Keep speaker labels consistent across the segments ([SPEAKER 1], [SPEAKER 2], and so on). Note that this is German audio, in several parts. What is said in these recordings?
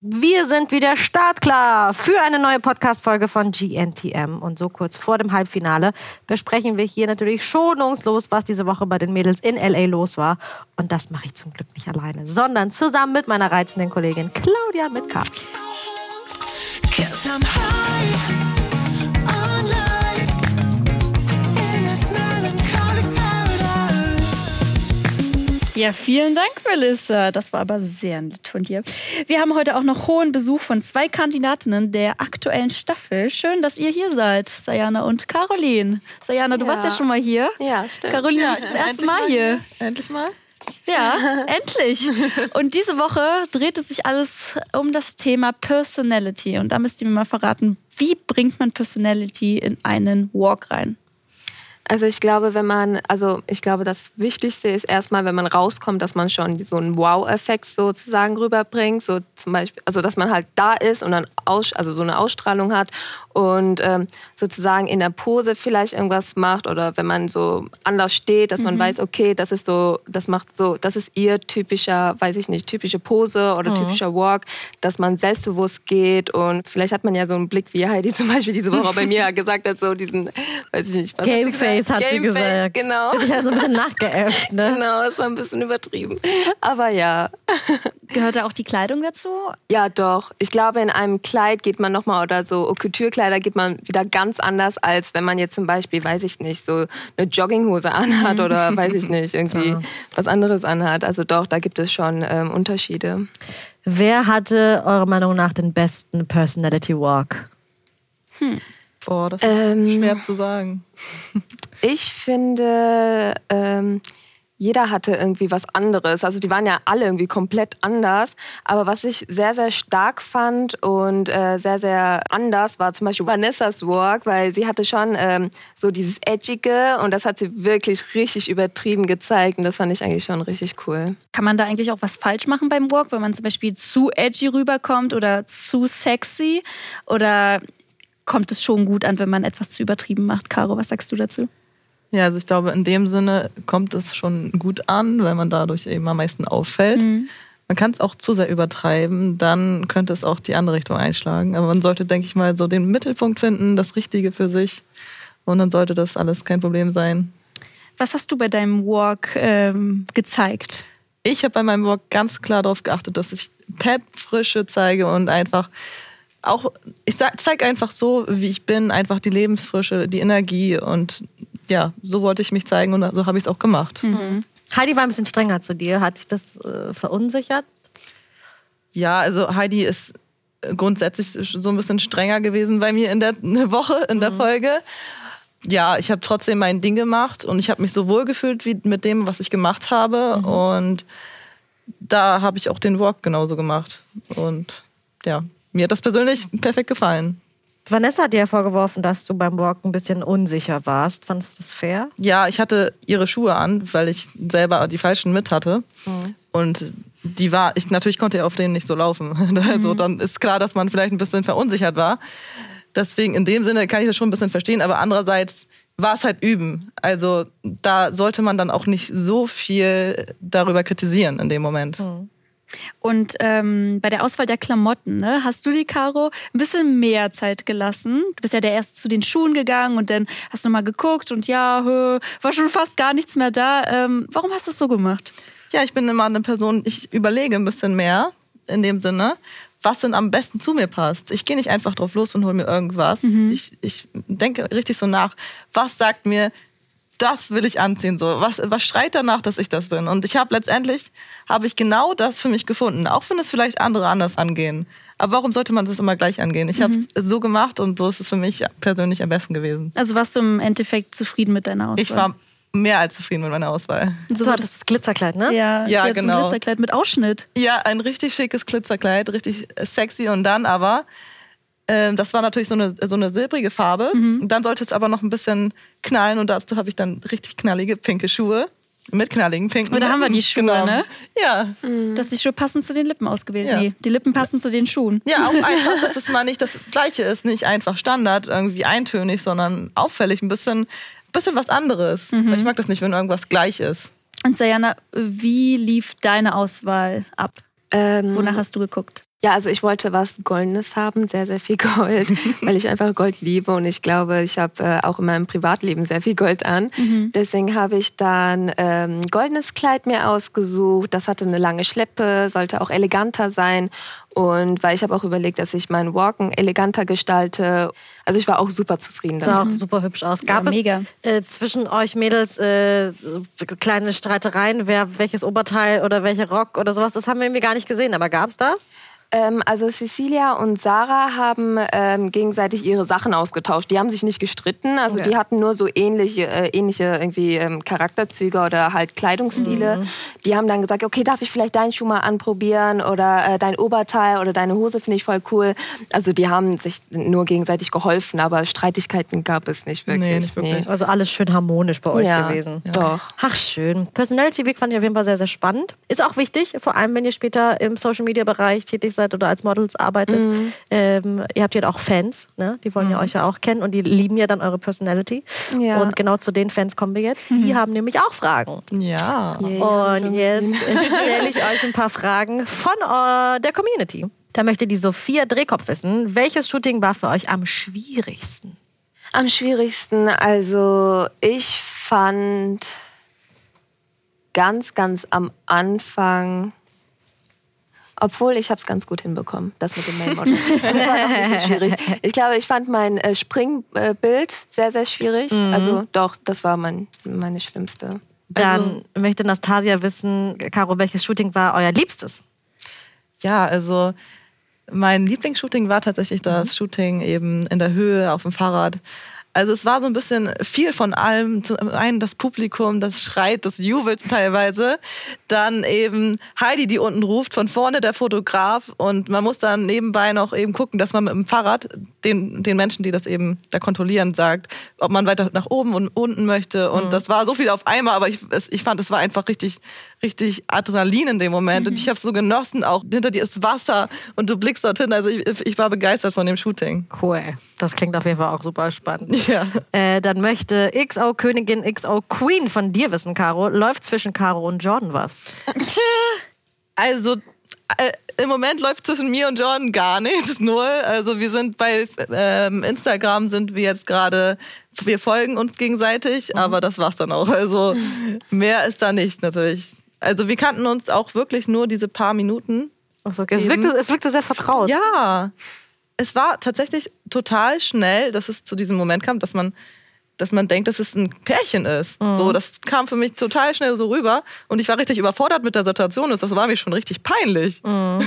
[SPEAKER 1] Wir sind wieder startklar für eine neue Podcast-Folge von GNTM. Und so kurz vor dem Halbfinale besprechen wir hier natürlich schonungslos, was diese Woche bei den Mädels in L.A. los war. Und das mache ich zum Glück nicht alleine, sondern zusammen mit meiner reizenden Kollegin Claudia mit K.
[SPEAKER 2] Ja, vielen Dank, Melissa. Das war aber sehr nett von dir. Wir haben heute auch noch hohen Besuch von 2 Kandidatinnen der aktuellen Staffel. Schön, dass ihr hier seid, Sayana und Caroline. Sayana, du warst ja schon mal hier.
[SPEAKER 3] Ja, stimmt.
[SPEAKER 2] Caroline, du bist das erste Mal hier.
[SPEAKER 4] Endlich mal?
[SPEAKER 2] Ja, endlich. Und diese Woche dreht es sich alles um das Thema Personality. Und da müsst ihr mir mal verraten, wie bringt man Personality in einen Walk rein?
[SPEAKER 3] Also ich glaube, das Wichtigste ist erstmal, wenn man rauskommt, dass man schon so einen Wow-Effekt sozusagen rüberbringt. So zum Beispiel, also dass man halt da ist und dann so eine Ausstrahlung hat und sozusagen in der Pose vielleicht irgendwas macht oder wenn man so anders steht, dass man weiß, okay, das ist ihr typischer, typische Pose oder typischer Walk, dass man selbstbewusst geht und vielleicht hat man ja so einen Blick, wie Heidi zum Beispiel diese Woche bei mir gesagt hat, so diesen, weiß ich nicht, was
[SPEAKER 1] Gameface hat sie gesagt.
[SPEAKER 3] Genau.
[SPEAKER 1] Ich habe so ein bisschen nachgeäfft, ne?
[SPEAKER 3] Genau, das war ein bisschen übertrieben. Aber ja.
[SPEAKER 2] Gehört da auch die Kleidung dazu?
[SPEAKER 3] Ja, doch. Ich glaube, in einem Kleid geht man nochmal oder so Couture-Kleider geht man wieder ganz anders, als wenn man jetzt zum Beispiel, weiß ich nicht, so eine Jogginghose anhat oder weiß ich nicht, irgendwie was anderes anhat. Also doch, da gibt es schon Unterschiede.
[SPEAKER 1] Wer hatte eurer Meinung nach den besten Personality Walk?
[SPEAKER 4] Boah, das ist schwer zu sagen.
[SPEAKER 3] Ich finde, jeder hatte irgendwie was anderes. Also die waren ja alle irgendwie komplett anders. Aber was ich sehr, sehr stark fand und sehr, sehr anders war zum Beispiel Vanessas Walk, weil sie hatte schon so dieses Edgige und das hat sie wirklich richtig übertrieben gezeigt. Und das fand ich eigentlich schon richtig cool.
[SPEAKER 2] Kann man da eigentlich auch was falsch machen beim Walk, wenn man zum Beispiel zu edgy rüberkommt oder zu sexy? Oder kommt es schon gut an, wenn man etwas zu übertrieben macht? Caro, was sagst du dazu?
[SPEAKER 4] Ja, also ich glaube, in dem Sinne kommt es schon gut an, weil man dadurch eben am meisten auffällt. Man kann es auch zu sehr übertreiben, dann könnte es auch die andere Richtung einschlagen. Aber man sollte, denke ich mal, so den Mittelpunkt finden, das Richtige für sich. Und dann sollte das alles kein Problem sein.
[SPEAKER 2] Was hast du bei deinem Walk gezeigt?
[SPEAKER 4] Ich habe bei meinem Walk ganz klar darauf geachtet, dass ich Pep, Frische zeige und einfach auch, ich zeige einfach so, wie ich bin, einfach die Lebensfrische, die Energie und ja, so wollte ich mich zeigen und so habe ich es auch gemacht.
[SPEAKER 1] Heidi war ein bisschen strenger zu dir. Hat dich das verunsichert?
[SPEAKER 4] Ja, also Heidi ist grundsätzlich so ein bisschen strenger gewesen bei mir in der Woche, in der Folge. Ja, ich habe trotzdem mein Ding gemacht und ich habe mich so wohl gefühlt wie mit dem, was ich gemacht habe. Und da habe ich auch den Walk genauso gemacht. Und ja, mir hat das persönlich perfekt gefallen.
[SPEAKER 1] Vanessa hat dir ja vorgeworfen, dass du beim Walk ein bisschen unsicher warst. Fandest du das fair?
[SPEAKER 4] Ja, ich hatte ihre Schuhe an, weil ich selber die falschen mit hatte. Und natürlich konnte ich auf denen nicht so laufen. Also dann ist klar, dass man vielleicht ein bisschen verunsichert war. Deswegen in dem Sinne kann ich das schon ein bisschen verstehen. Aber andererseits war es halt üben. Also da sollte man dann auch nicht so viel darüber kritisieren in dem Moment.
[SPEAKER 2] Und bei der Auswahl der Klamotten, ne, hast du die, Caro, ein bisschen mehr Zeit gelassen. Du bist ja erst zu den Schuhen gegangen und dann hast du mal geguckt und war schon fast gar nichts mehr da. Warum hast du das so gemacht?
[SPEAKER 4] Ja, ich bin immer eine Person, ich überlege ein bisschen mehr in dem Sinne, was denn am besten zu mir passt. Ich gehe nicht einfach drauf los und hole mir irgendwas. Ich denke richtig so nach, was sagt mir, das will ich anziehen. So. Was schreit danach, dass ich das bin? Und letztendlich habe ich genau das für mich gefunden. Auch wenn es vielleicht andere anders angehen. Aber warum sollte man das immer gleich angehen? Ich habe es so gemacht und so ist es für mich persönlich am besten gewesen.
[SPEAKER 2] Also warst du im Endeffekt zufrieden mit deiner Auswahl?
[SPEAKER 4] Ich war mehr als zufrieden mit meiner Auswahl.
[SPEAKER 1] Du hattest das Glitzerkleid, ne?
[SPEAKER 2] Ja,
[SPEAKER 4] genau.
[SPEAKER 2] Ein Glitzerkleid mit Ausschnitt.
[SPEAKER 4] Ja, ein richtig schickes Glitzerkleid, richtig sexy. Und dann aber, das war natürlich so eine silbrige Farbe. Dann sollte es aber noch ein bisschen knallen und dazu habe ich dann richtig knallige pinke Schuhe. Mit knalligen pinken.
[SPEAKER 2] Und da haben wir die Schuhe, ne?
[SPEAKER 4] Ja.
[SPEAKER 2] Du hast die Schuhe passend zu den Lippen ausgewählt. Ja. Nee, die Lippen passen zu den Schuhen.
[SPEAKER 4] Ja, auch einfach, dass es mal nicht das Gleiche ist. Nicht einfach Standard, irgendwie eintönig, sondern auffällig. Ein bisschen was anderes. Weil ich mag das nicht, wenn irgendwas gleich ist.
[SPEAKER 2] Und Sayana, wie lief deine Auswahl ab? Wonach hast du geguckt?
[SPEAKER 3] Ja, also ich wollte was Goldenes haben, sehr, sehr viel Gold, weil ich einfach Gold liebe und ich glaube, ich habe auch in meinem Privatleben sehr viel Gold an. Deswegen habe ich dann goldenes Kleid mir ausgesucht. Das hatte eine lange Schleppe, sollte auch eleganter sein. Und weil ich habe auch überlegt, dass ich meinen Walken eleganter gestalte. Also ich war auch super zufrieden damit.
[SPEAKER 1] Sah auch super hübsch aus. Gab es zwischen euch Mädels kleine Streitereien, wer welches Oberteil oder welcher Rock oder sowas? Das haben wir irgendwie gar nicht gesehen, aber gab es das?
[SPEAKER 3] Also Cecilia und Sarah haben gegenseitig ihre Sachen ausgetauscht. Die haben sich nicht gestritten, also die hatten nur so ähnliche irgendwie Charakterzüge oder halt Kleidungsstile. Die haben dann gesagt, okay, darf ich vielleicht deinen Schuh mal anprobieren oder dein Oberteil oder deine Hose finde ich voll cool. Also die haben sich nur gegenseitig geholfen, aber Streitigkeiten gab es nicht wirklich.
[SPEAKER 4] Nee, nicht wirklich.
[SPEAKER 1] Also alles schön harmonisch bei euch gewesen.
[SPEAKER 3] Ja, doch.
[SPEAKER 1] Ach schön. Personality Week fand ich auf jeden Fall sehr, sehr spannend. Ist auch wichtig, vor allem wenn ihr später im Social-Media-Bereich tätig seid oder als Models arbeitet. Ihr habt ja auch Fans, ne? Die wollen ja euch ja auch kennen und die lieben ja dann eure Personality. Ja. Und genau zu den Fans kommen wir jetzt. Die haben nämlich auch Fragen.
[SPEAKER 4] Ja.
[SPEAKER 1] Und jetzt stelle ich euch ein paar Fragen von der Community. Da möchte die Sophia Drehkopf wissen, welches Shooting war für euch am schwierigsten?
[SPEAKER 3] Am schwierigsten, also ich fand ganz, ganz am Anfang, obwohl ich habe es ganz gut hinbekommen, das mit dem Main-Model. Das war noch ein bisschen schwierig. Ich glaube, ich fand mein Springbild sehr, sehr schwierig. Also doch, das war meine schlimmste.
[SPEAKER 1] Dann möchte Nastasia wissen, Caro, welches Shooting war euer Liebstes?
[SPEAKER 4] Ja, also mein Lieblingsshooting war tatsächlich das Shooting eben in der Höhe auf dem Fahrrad. Also es war so ein bisschen viel von allem. Zum einen das Publikum, das schreit, das jubelt teilweise. Dann eben Heidi, die unten ruft, von vorne der Fotograf. Und man muss dann nebenbei noch eben gucken, dass man mit dem Fahrrad den Menschen, die das eben da kontrollieren, sagt, ob man weiter nach oben und unten möchte. Und das war so viel auf einmal, aber ich fand, es war einfach richtig Adrenalin in dem Moment. Und ich habe es so genossen, auch hinter dir ist Wasser und du blickst dorthin. Also ich war begeistert von dem Shooting.
[SPEAKER 1] Cool. Das klingt auf jeden Fall auch super spannend.
[SPEAKER 4] Ja.
[SPEAKER 1] Dann möchte XO Königin, XO Queen von dir wissen, Caro. Läuft zwischen Caro und Jordan was?
[SPEAKER 4] Also im Moment läuft zwischen mir und Jordan gar nichts, null. Also wir sind bei Instagram sind wir jetzt gerade, wir folgen uns gegenseitig, aber das war's dann auch. Also mehr ist da nicht natürlich. Also wir kannten uns auch wirklich nur diese paar Minuten.
[SPEAKER 1] Ach so, okay. Es wirkte sehr vertraut.
[SPEAKER 4] Ja, es war tatsächlich total schnell, dass es zu diesem Moment kam, dass man denkt, dass es ein Pärchen ist. So, das kam für mich total schnell so rüber. Und ich war richtig überfordert mit der Situation. Und das war mir schon richtig peinlich.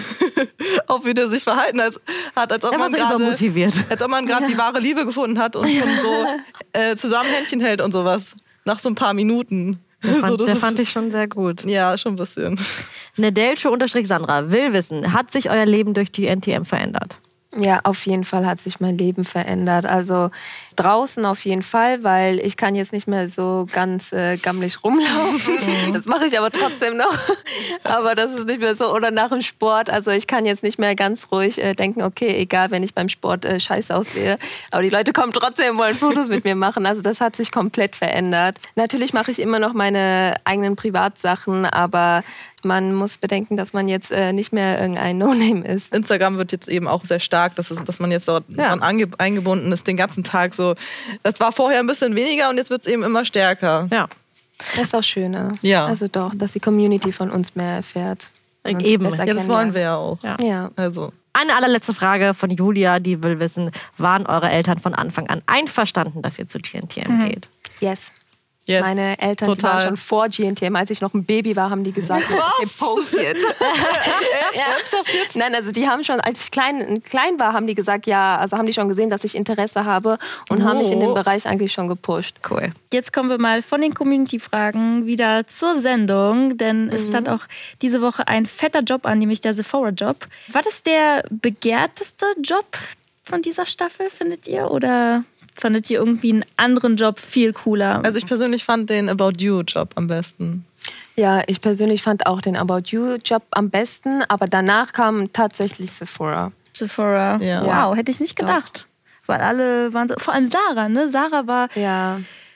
[SPEAKER 4] Auch wie der sich verhalten hat, als ob man
[SPEAKER 1] so
[SPEAKER 4] gerade die wahre Liebe gefunden hat und schon so zusammen Händchen hält und sowas. Nach so ein paar Minuten.
[SPEAKER 1] Der fand ich schon sehr gut.
[SPEAKER 4] Ja, schon ein bisschen.
[SPEAKER 1] Nedelcho_Sandra will wissen, hat sich euer Leben durch GNTM verändert?
[SPEAKER 3] Ja, auf jeden Fall hat sich mein Leben verändert. Also draußen auf jeden Fall, weil ich kann jetzt nicht mehr so ganz gammelig rumlaufen. Das mache ich aber trotzdem noch. Aber das ist nicht mehr so. Oder nach dem Sport. Also ich kann jetzt nicht mehr ganz ruhig denken, okay, egal, wenn ich beim Sport scheiße aussehe. Aber die Leute kommen trotzdem und wollen Fotos mit mir machen. Also das hat sich komplett verändert. Natürlich mache ich immer noch meine eigenen Privatsachen, aber man muss bedenken, dass man jetzt nicht mehr irgendein No-Name ist.
[SPEAKER 4] Instagram wird jetzt eben auch sehr stark, dass man jetzt dort dran eingebunden ist, den ganzen Tag so. Das war vorher ein bisschen weniger und jetzt wird es eben immer stärker.
[SPEAKER 1] Ja.
[SPEAKER 3] Das ist auch schöner.
[SPEAKER 4] Ja.
[SPEAKER 3] Also doch, dass die Community von uns mehr erfährt.
[SPEAKER 1] Eben.
[SPEAKER 4] Ja, das wollen wir ja auch.
[SPEAKER 3] Ja.
[SPEAKER 4] Also.
[SPEAKER 1] Eine allerletzte Frage von Julia, die will wissen, waren eure Eltern von Anfang an einverstanden, dass ihr zu GNTM geht?
[SPEAKER 3] Yes.
[SPEAKER 4] Yes,
[SPEAKER 3] meine Eltern die waren schon vor GNTM, als ich noch ein Baby war, haben die gesagt, okay, post jetzt.
[SPEAKER 4] Ernsthaft jetzt?
[SPEAKER 3] Nein, also die haben schon, als ich klein war, haben die gesagt, ja, also haben die schon gesehen, dass ich Interesse habe und haben mich in dem Bereich eigentlich schon gepusht.
[SPEAKER 1] Cool.
[SPEAKER 2] Jetzt kommen wir mal von den Community-Fragen wieder zur Sendung, denn es stand auch diese Woche ein fetter Job an, nämlich der Sephora-Job. War das der begehrteste Job von dieser Staffel, findet ihr, oder fandet ihr irgendwie einen anderen Job viel cooler?
[SPEAKER 4] Also ich persönlich fand den About You-Job am besten.
[SPEAKER 3] Ja, ich persönlich fand auch den About You-Job am besten, aber danach kam tatsächlich Sephora.
[SPEAKER 2] Sephora,
[SPEAKER 4] ja.
[SPEAKER 2] Wow, hätte ich nicht gedacht. Weil alle waren so, vor allem Sarah, ne? Sarah war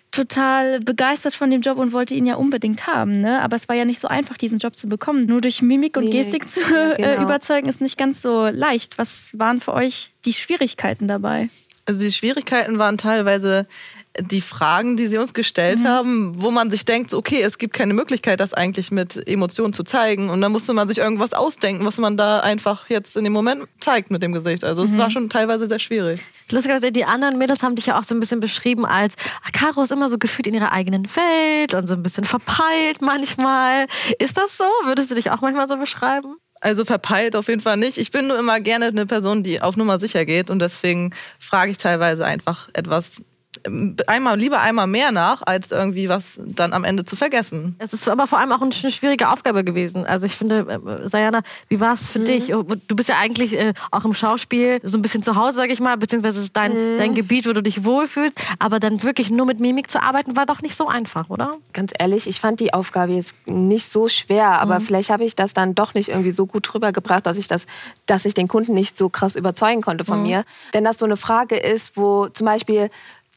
[SPEAKER 2] total begeistert von dem Job und wollte ihn ja unbedingt haben. Ne? Aber es war ja nicht so einfach, diesen Job zu bekommen. Nur durch Mimik und Gestik zu überzeugen, ist nicht ganz so leicht. Was waren für euch die Schwierigkeiten dabei?
[SPEAKER 4] Also die Schwierigkeiten waren teilweise die Fragen, die sie uns gestellt haben, wo man sich denkt, okay, es gibt keine Möglichkeit, das eigentlich mit Emotionen zu zeigen. Und dann musste man sich irgendwas ausdenken, was man da einfach jetzt in dem Moment zeigt mit dem Gesicht. Also es war schon teilweise sehr schwierig.
[SPEAKER 1] Lustigerweise, die anderen Mädels haben dich ja auch so ein bisschen beschrieben als, Caro ist immer so gefühlt in ihrer eigenen Welt und so ein bisschen verpeilt manchmal. Ist das so? Würdest du dich auch manchmal so beschreiben?
[SPEAKER 4] Also verpeilt auf jeden Fall nicht. Ich bin nur immer gerne eine Person, die auf Nummer sicher geht. Und deswegen frage ich teilweise einfach etwas lieber einmal mehr nach, als irgendwie was dann am Ende zu vergessen.
[SPEAKER 1] Es ist aber vor allem auch eine schwierige Aufgabe gewesen. Also ich finde, Sayana, wie war es für dich? Du bist ja eigentlich auch im Schauspiel so ein bisschen zu Hause, sag ich mal, beziehungsweise es ist dein Gebiet, wo du dich wohlfühlst. Aber dann wirklich nur mit Mimik zu arbeiten, war doch nicht so einfach, oder?
[SPEAKER 3] Ganz ehrlich, ich fand die Aufgabe jetzt nicht so schwer, aber vielleicht habe ich das dann doch nicht irgendwie so gut rübergebracht, dass ich den Kunden nicht so krass überzeugen konnte von mir. Wenn das so eine Frage ist, wo zum Beispiel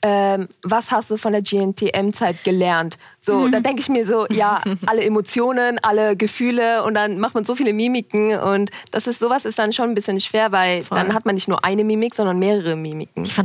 [SPEAKER 3] was hast du von der GNTM-Zeit gelernt? So, dann denke ich mir so, ja, alle Emotionen, alle Gefühle und dann macht man so viele Mimiken und sowas ist dann schon ein bisschen schwer, weil dann hat man nicht nur eine Mimik, sondern mehrere Mimiken.
[SPEAKER 1] Ich fand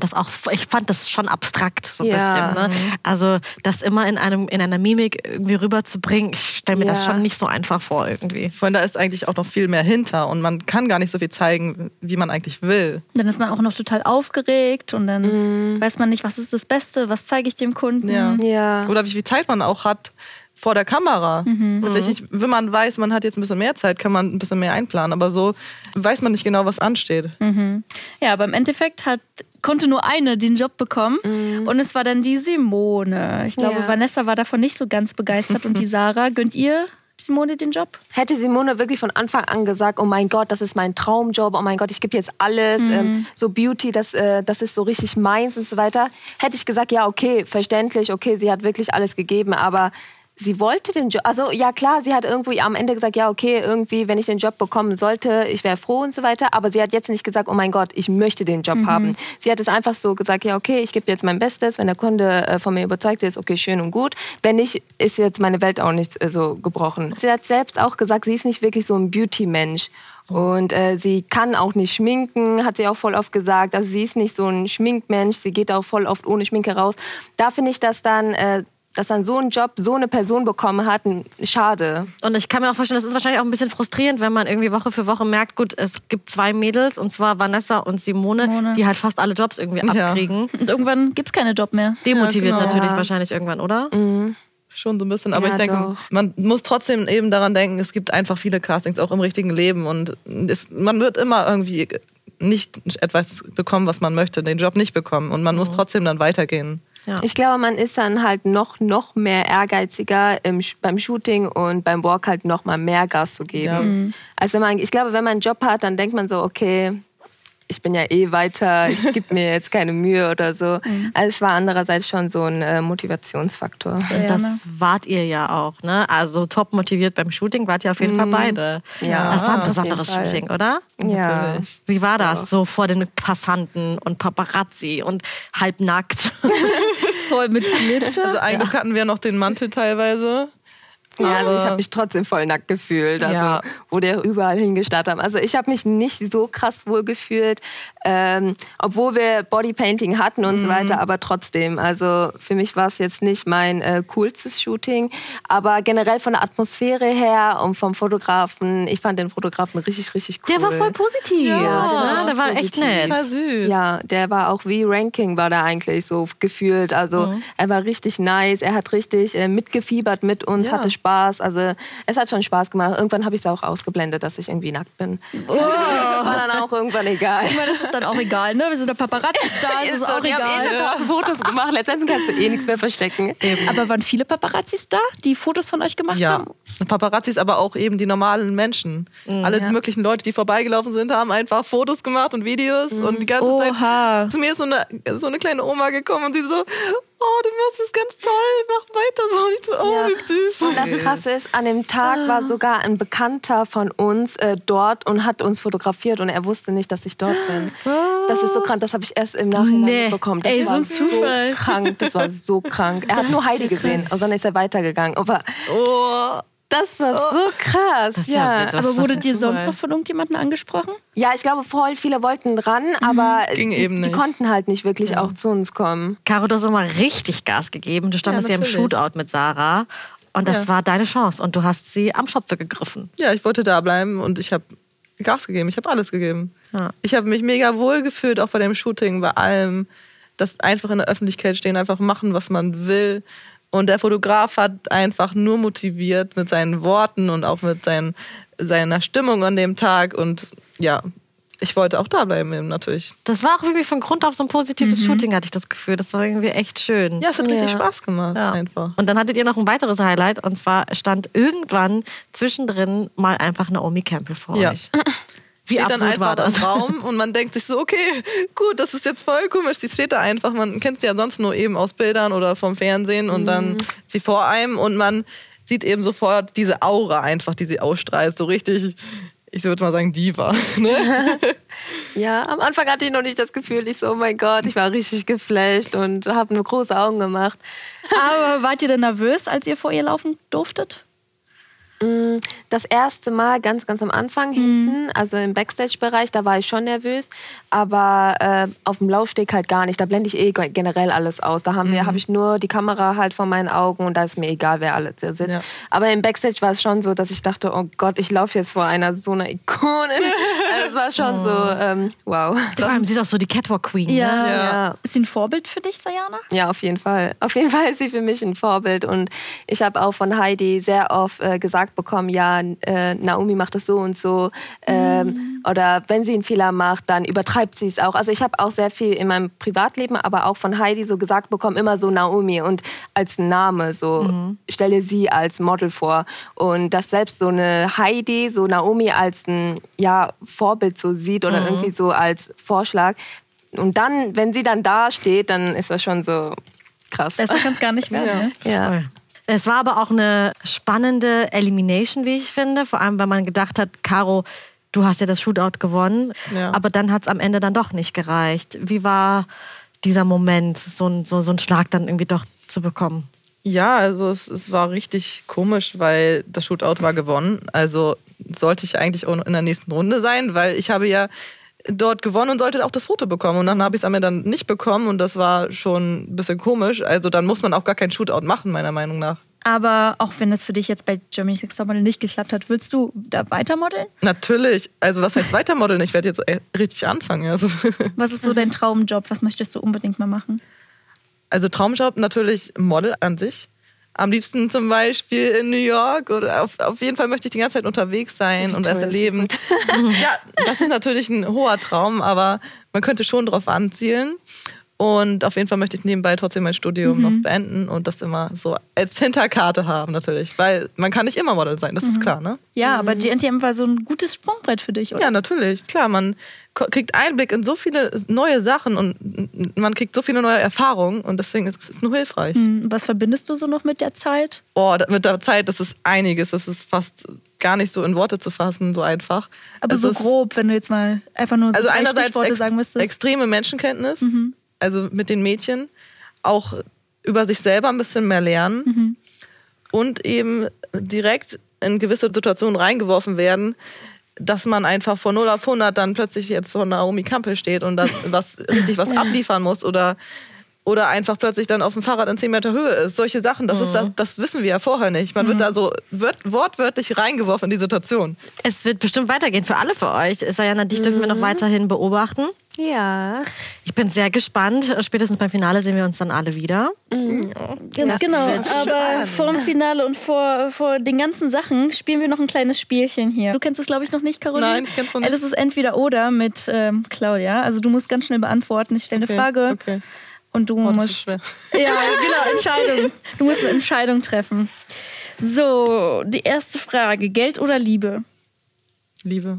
[SPEAKER 1] das schon abstrakt, so ein bisschen. Ne? Also, das immer in einer Mimik irgendwie rüberzubringen, ich stelle mir das schon nicht so einfach vor irgendwie.
[SPEAKER 4] Vor allem, da ist eigentlich auch noch viel mehr hinter und man kann gar nicht so viel zeigen, wie man eigentlich will.
[SPEAKER 2] Dann ist man auch noch total aufgeregt und dann weiß man nicht, was ist das Beste, was zeige ich dem Kunden.
[SPEAKER 3] Ja.
[SPEAKER 4] Oder wie viel Zeit man auch hat vor der Kamera. Tatsächlich, wenn man weiß, man hat jetzt ein bisschen mehr Zeit, kann man ein bisschen mehr einplanen. Aber so weiß man nicht genau, was ansteht.
[SPEAKER 2] Ja, aber im Endeffekt konnte nur eine den Job bekommen und es war dann die Simone. Ich glaube, Vanessa war davon nicht so ganz begeistert und die Sarah. Gönnt ihr Simone den Job?
[SPEAKER 3] Hätte Simone wirklich von Anfang an gesagt, oh mein Gott, das ist mein Traumjob, oh mein Gott, ich gebe jetzt alles, so Beauty, das ist so richtig meins und so weiter, hätte ich gesagt, ja, okay, verständlich, okay, sie hat wirklich alles gegeben, aber sie wollte den Job, also ja klar, sie hat irgendwie am Ende gesagt, ja okay, irgendwie, wenn ich den Job bekommen sollte, ich wäre froh und so weiter, aber sie hat jetzt nicht gesagt, oh mein Gott, ich möchte den Job haben. Sie hat es einfach so gesagt, ja okay, ich gebe jetzt mein Bestes, wenn der Kunde von mir überzeugt ist, okay, schön und gut, wenn nicht, ist jetzt meine Welt auch nicht so gebrochen. Sie hat selbst auch gesagt, sie ist nicht wirklich so ein Beauty-Mensch. Und sie kann auch nicht schminken, hat sie auch voll oft gesagt. Also sie ist nicht so ein Schminkmensch, sie geht auch voll oft ohne Schminke raus. Da finde ich, dass dann so ein Job so eine Person bekommen hat, schade.
[SPEAKER 1] Und ich kann mir auch vorstellen, das ist wahrscheinlich auch ein bisschen frustrierend, wenn man irgendwie Woche für Woche merkt, gut, es gibt 2 Mädels, und zwar Vanessa und Simone, die halt fast alle Jobs irgendwie abkriegen.
[SPEAKER 2] Und irgendwann gibt es keine Job mehr.
[SPEAKER 1] Demotiviert natürlich wahrscheinlich irgendwann, oder?
[SPEAKER 4] Schon so ein bisschen, aber ich denke, man muss trotzdem eben daran denken, es gibt einfach viele Castings, auch im richtigen Leben, und man wird immer irgendwie nicht etwas bekommen, was man möchte, den Job nicht bekommen, und man muss trotzdem dann weitergehen.
[SPEAKER 1] Ja.
[SPEAKER 3] Ich glaube, man ist dann halt noch mehr ehrgeiziger beim Shooting und beim Walk halt noch mal mehr Gas zu geben. Also ich glaube, wenn man einen Job hat, dann denkt man so, okay, ich bin ja weiter, ich gebe mir jetzt keine Mühe oder so. Also es war andererseits schon so ein Motivationsfaktor.
[SPEAKER 1] Und das wart ihr ja auch, ne? Also top motiviert beim Shooting wart ihr auf jeden Fall beide.
[SPEAKER 3] Ja,
[SPEAKER 1] das war ein besonderes Shooting, oder?
[SPEAKER 3] Ja.
[SPEAKER 4] Natürlich.
[SPEAKER 1] Wie war das? So vor den Passanten und Paparazzi und halbnackt.
[SPEAKER 2] Voll mit Glitzer.
[SPEAKER 4] Also eigentlich hatten wir noch den Mantel teilweise.
[SPEAKER 3] Ja, also ich habe mich trotzdem voll nackt gefühlt, also wo der überall hingestarrt haben. Also ich habe mich nicht so krass wohl gefühlt, obwohl wir Bodypainting hatten und so weiter, aber trotzdem. Also für mich war es jetzt nicht mein coolstes Shooting, aber generell von der Atmosphäre her und vom Fotografen, ich fand den Fotografen richtig, richtig cool.
[SPEAKER 1] Der war voll positiv.
[SPEAKER 3] Ja,
[SPEAKER 1] der war echt nett.
[SPEAKER 4] Total süß.
[SPEAKER 3] Ja, der war auch wie Ranking war der eigentlich so gefühlt. Also er war richtig nice, er hat richtig mitgefiebert mit uns, hatte Spaß. Also es hat schon Spaß gemacht. Irgendwann habe ich es auch ausgeblendet, dass ich irgendwie nackt bin. War dann auch irgendwann egal.
[SPEAKER 2] Ich meine, das ist dann auch egal, ne? Wir sind da Paparazzis da, ist auch
[SPEAKER 3] Wir
[SPEAKER 2] egal.
[SPEAKER 3] haben schon 1000 Fotos gemacht. Letztendlich kannst du nichts mehr verstecken.
[SPEAKER 2] Aber waren viele Paparazzis da, die Fotos von euch gemacht haben?
[SPEAKER 4] Paparazzis, aber auch eben die normalen Menschen. Alle möglichen Leute, die vorbeigelaufen sind, haben einfach Fotos gemacht und Videos und die ganze Zeit. Zu mir ist so eine kleine Oma gekommen und die so, oh, du machst es ganz toll, mach weiter so. Und ich so, wie süß.
[SPEAKER 3] Und das Krasse ist, an dem Tag war sogar ein Bekannter von uns dort und hat uns fotografiert und er wusste nicht, dass ich dort bin. Das ist so krank, das habe ich erst im Nachhinein mitbekommen. Das
[SPEAKER 2] so
[SPEAKER 3] war
[SPEAKER 2] ein Zufall.
[SPEAKER 3] So krank, das war so krank. Er hat nur Heidi gesehen und dann ist er weitergegangen. Aber das war so krass. Ja.
[SPEAKER 2] Aber wurde dir sonst noch von irgendjemandem angesprochen?
[SPEAKER 3] Ja, ich glaube, voll viele wollten dran, aber die konnten halt nicht wirklich auch zu uns kommen.
[SPEAKER 1] Caro, du hast mal richtig Gas gegeben. Du standest ja im Shootout mit Sarah. Und das war deine Chance. Und du hast sie am Schopfe gegriffen.
[SPEAKER 4] Ja, ich wollte da bleiben und ich habe Gas gegeben. Ich habe alles gegeben. Ja. Ich habe mich mega wohl gefühlt, auch bei dem Shooting, bei allem. Das einfach in der Öffentlichkeit stehen, einfach machen, was man will. Und der Fotograf hat einfach nur motiviert mit seinen Worten und auch mit seiner Stimmung an dem Tag. Und ja, ich wollte auch da bleiben eben natürlich.
[SPEAKER 1] Das war auch irgendwie von Grund auf so ein positives Shooting, hatte ich das Gefühl. Das war irgendwie echt schön.
[SPEAKER 4] Ja, es hat richtig Spaß gemacht einfach.
[SPEAKER 1] Und dann hattet ihr noch ein weiteres Highlight. Und zwar stand irgendwann zwischendrin mal einfach Naomi Campbell vor euch. Wie
[SPEAKER 4] steht
[SPEAKER 1] absurd
[SPEAKER 4] dann
[SPEAKER 1] war das?
[SPEAKER 4] Im Raum und man denkt sich so, okay, gut, das ist jetzt voll komisch. Sie steht da einfach, man kennt sie ja sonst nur eben aus Bildern oder vom Fernsehen und dann ist sie vor einem und man sieht eben sofort diese Aura einfach, die sie ausstrahlt, so richtig, ich würde mal sagen, Diva. Ne?
[SPEAKER 3] Ja, am Anfang hatte ich noch nicht das Gefühl, ich so, oh mein Gott, ich war richtig geflasht und habe nur große Augen gemacht.
[SPEAKER 2] Aber wart ihr denn nervös, als ihr vor ihr laufen durftet?
[SPEAKER 3] Das erste Mal ganz am Anfang hinten, also im Backstage-Bereich, da war ich schon nervös, aber auf dem Laufsteg halt gar nicht. Da blende ich generell alles aus. Da habe ich nur die Kamera halt vor meinen Augen und da ist mir egal, wer alles sitzt. Ja. Aber im Backstage war es schon so, dass ich dachte, oh Gott, ich laufe jetzt vor so einer Ikone. Also es war schon so, wow.
[SPEAKER 1] Vor allem, sie ist auch so die Catwalk-Queen.
[SPEAKER 2] Ja. Ist sie ein Vorbild für dich, Sayana?
[SPEAKER 3] Ja, auf jeden Fall. Auf jeden Fall ist sie für mich ein Vorbild und ich habe auch von Heidi sehr oft gesagt bekommen, ja, Naomi macht das so und so oder wenn sie einen Fehler macht, dann übertreibt sie es auch. Also ich habe auch sehr viel in meinem Privatleben, aber auch von Heidi so gesagt bekommen, immer so Naomi und als Name, so stelle sie als Model vor und dass selbst so eine Heidi, so Naomi als ein Vorbild so sieht oder irgendwie so als Vorschlag und dann, wenn sie dann da steht, dann ist das schon so krass.
[SPEAKER 2] Besser kann es gar nicht werden.
[SPEAKER 3] Ja.
[SPEAKER 1] Es war aber auch eine spannende Elimination, wie ich finde. Vor allem, weil man gedacht hat, Caro, du hast ja das Shootout gewonnen. Ja. Aber dann hat es am Ende dann doch nicht gereicht. Wie war dieser Moment, so einen Schlag dann irgendwie doch zu bekommen?
[SPEAKER 4] Ja, also es war richtig komisch, weil das Shootout war gewonnen. Also sollte ich eigentlich auch in der nächsten Runde sein, weil ich habe ja dort gewonnen und sollte auch das Foto bekommen. Und dann habe ich es am Ende dann nicht bekommen und das war schon ein bisschen komisch. Also dann muss man auch gar kein Shootout machen, meiner Meinung nach.
[SPEAKER 2] Aber auch wenn es für dich jetzt bei Germany's Next Topmodel nicht geklappt hat, willst du da weitermodeln?
[SPEAKER 4] Natürlich. Also was heißt weitermodeln? Ich werde jetzt richtig anfangen. Also.
[SPEAKER 2] Was ist so dein Traumjob? Was möchtest du unbedingt mal machen?
[SPEAKER 4] Also Traumjob natürlich Model an sich. Am liebsten zum Beispiel in New York oder auf jeden Fall möchte ich die ganze Zeit unterwegs sein und es erleben. Ja, das ist natürlich ein hoher Traum, aber man könnte schon drauf anzielen. Und auf jeden Fall möchte ich nebenbei trotzdem mein Studium noch beenden und das immer so als Hinterkarte haben natürlich. Weil man kann nicht immer Model sein, das ist klar, ne?
[SPEAKER 2] Ja, aber GNTM war so ein gutes Sprungbrett für dich, oder?
[SPEAKER 4] Ja, natürlich. Klar, man kriegt Einblick in so viele neue Sachen und man kriegt so viele neue Erfahrungen und deswegen ist es nur hilfreich.
[SPEAKER 2] Was verbindest du so noch mit der Zeit?
[SPEAKER 4] Oh, mit der Zeit, das ist einiges. Das ist fast gar nicht so in Worte zu fassen, so einfach.
[SPEAKER 2] Aber so grob, wenn du jetzt mal einfach nur so
[SPEAKER 4] also
[SPEAKER 2] 3 Stichworte sagen müsstest.
[SPEAKER 4] Extreme Menschenkenntnis, also mit den Mädchen. Auch über sich selber ein bisschen mehr lernen. Und eben direkt in gewisse Situationen reingeworfen werden, dass man einfach von 0 auf 100 dann plötzlich jetzt vor Naomi Campbell steht und dann was abliefern muss oder einfach plötzlich dann auf dem Fahrrad in 10 Meter Höhe ist. Solche Sachen, das wissen wir ja vorher nicht. Man wird da so wortwörtlich reingeworfen in die Situation.
[SPEAKER 1] Es wird bestimmt weitergehen für alle für euch. Sayana, dich dürfen wir noch weiterhin beobachten.
[SPEAKER 3] Ja.
[SPEAKER 1] Ich bin sehr gespannt. Spätestens beim Finale sehen wir uns dann alle wieder.
[SPEAKER 2] Ganz genau. Aber vor dem Finale und vor den ganzen Sachen spielen wir noch ein kleines Spielchen hier. Du kennst es, glaube ich, noch nicht, Caroline?
[SPEAKER 4] Nein, ich kenn's noch nicht.
[SPEAKER 2] Das ist entweder oder mit Claudia. Also du musst ganz schnell beantworten. Ich stelle eine Frage.
[SPEAKER 4] Okay.
[SPEAKER 2] Und du musst. Ja, genau, Entscheidung. Du musst eine Entscheidung treffen. So, die erste Frage: Geld oder Liebe?
[SPEAKER 4] Liebe.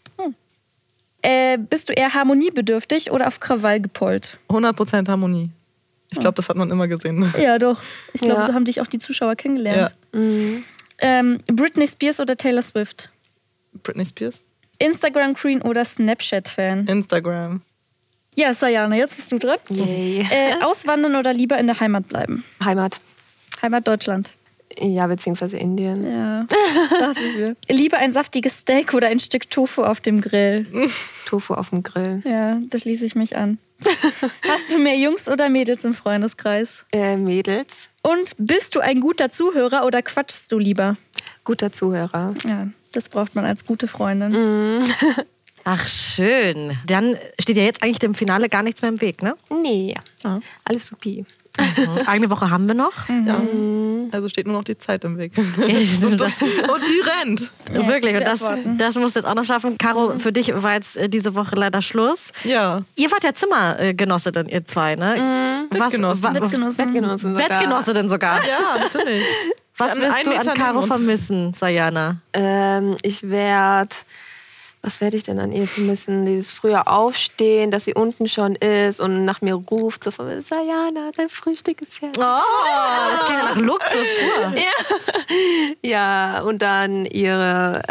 [SPEAKER 2] Bist du eher harmoniebedürftig oder auf Krawall gepolt?
[SPEAKER 4] 100% Harmonie. Ich glaube, das hat man immer gesehen.
[SPEAKER 2] Ja, doch. Ich glaube, so haben dich auch die Zuschauer kennengelernt. Ja. Britney Spears oder Taylor Swift?
[SPEAKER 4] Britney Spears.
[SPEAKER 2] Instagram Queen oder Snapchat Fan?
[SPEAKER 4] Instagram.
[SPEAKER 2] Ja, Sayana, jetzt bist du dran.
[SPEAKER 3] Yay.
[SPEAKER 2] Auswandern oder lieber in der Heimat bleiben?
[SPEAKER 3] Heimat.
[SPEAKER 2] Heimat Deutschland.
[SPEAKER 3] Ja, beziehungsweise Indien.
[SPEAKER 2] Ja, dachte ich mir. Lieber ein saftiges Steak oder ein Stück Tofu auf dem Grill?
[SPEAKER 3] Tofu auf dem Grill.
[SPEAKER 2] Ja, da schließe ich mich an. Hast du mehr Jungs oder Mädels im Freundeskreis?
[SPEAKER 3] Mädels.
[SPEAKER 2] Und bist du ein guter Zuhörer oder quatschst du lieber?
[SPEAKER 3] Guter Zuhörer.
[SPEAKER 2] Ja, das braucht man als gute Freundin.
[SPEAKER 1] Ach, schön. Dann steht ja jetzt eigentlich dem Finale gar nichts mehr im Weg, ne?
[SPEAKER 3] Nee.
[SPEAKER 4] Ja.
[SPEAKER 3] Alles supi.
[SPEAKER 1] Eine Woche haben wir noch.
[SPEAKER 4] Ja. Also steht nur noch die Zeit im Weg. Und die rennt.
[SPEAKER 2] Ja,
[SPEAKER 1] Wirklich, und
[SPEAKER 2] das wär
[SPEAKER 1] das musst du jetzt auch noch schaffen. Caro, für dich war jetzt diese Woche leider Schluss.
[SPEAKER 4] Ja.
[SPEAKER 1] Ihr wart ja Zimmergenosse dann, ihr zwei, ne?
[SPEAKER 4] Bettgenossen.
[SPEAKER 3] Bettgenossen sogar.
[SPEAKER 1] Bettgenosse denn sogar.
[SPEAKER 4] Ja, natürlich.
[SPEAKER 1] Was
[SPEAKER 4] Wir
[SPEAKER 1] wirst
[SPEAKER 4] hatten
[SPEAKER 1] du
[SPEAKER 4] einen
[SPEAKER 1] an
[SPEAKER 4] Meter
[SPEAKER 1] Caro
[SPEAKER 4] neben uns.
[SPEAKER 1] vermissen, Sayana?
[SPEAKER 3] Was werde ich denn an ihr vermissen? Dieses frühe Aufstehen, dass sie unten schon ist und nach mir ruft, so von Sayana, dein Frühstück ist fertig.
[SPEAKER 1] Oh, das klingt ja nach Luxus.
[SPEAKER 3] Ja, und dann ihre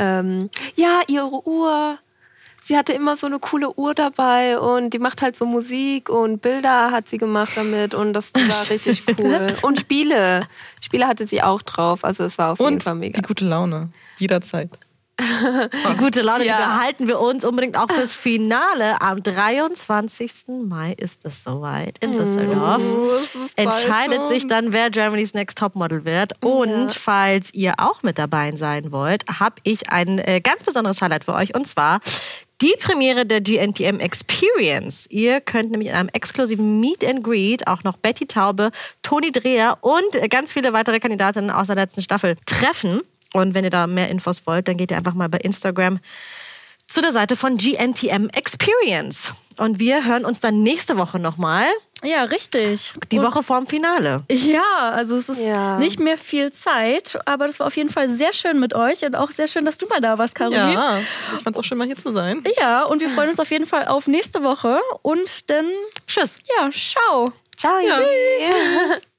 [SPEAKER 3] Uhr. Sie hatte immer so eine coole Uhr dabei und die macht halt so Musik und Bilder hat sie gemacht damit und das war richtig cool. Und Spiele. Spiele hatte sie auch drauf, also es war auf jeden Fall mega.
[SPEAKER 4] Die gute Laune. Jederzeit.
[SPEAKER 1] Die gute Laune,
[SPEAKER 3] Ja.
[SPEAKER 1] die behalten wir uns unbedingt auch fürs Finale. Am 23. Mai ist es soweit in Düsseldorf. Entscheidet sich dann, wer Germany's Next Topmodel wird. Und falls ihr auch mit dabei sein wollt, habe ich ein ganz besonderes Highlight für euch. Und zwar die Premiere der GNTM Experience. Ihr könnt nämlich in einem exklusiven Meet and Greet auch noch Betty Taube, Toni Dreher und ganz viele weitere Kandidatinnen aus der letzten Staffel treffen. Und wenn ihr da mehr Infos wollt, dann geht ihr einfach mal bei Instagram zu der Seite von GNTM Experience. Und wir hören uns dann nächste Woche nochmal.
[SPEAKER 2] Ja, richtig.
[SPEAKER 1] Die Woche vorm Finale.
[SPEAKER 2] Ja, also es ist
[SPEAKER 3] Ja.
[SPEAKER 2] nicht mehr viel Zeit, aber das war auf jeden Fall sehr schön mit euch und auch sehr schön, dass du mal da warst, Caroline.
[SPEAKER 4] Ja, ich fand's auch schön, mal hier zu sein.
[SPEAKER 2] Ja, und wir freuen uns auf jeden Fall auf nächste Woche und dann,
[SPEAKER 1] Tschüss.
[SPEAKER 2] ja, ciao.
[SPEAKER 3] Ciao.
[SPEAKER 4] Ja.
[SPEAKER 3] Tschüss.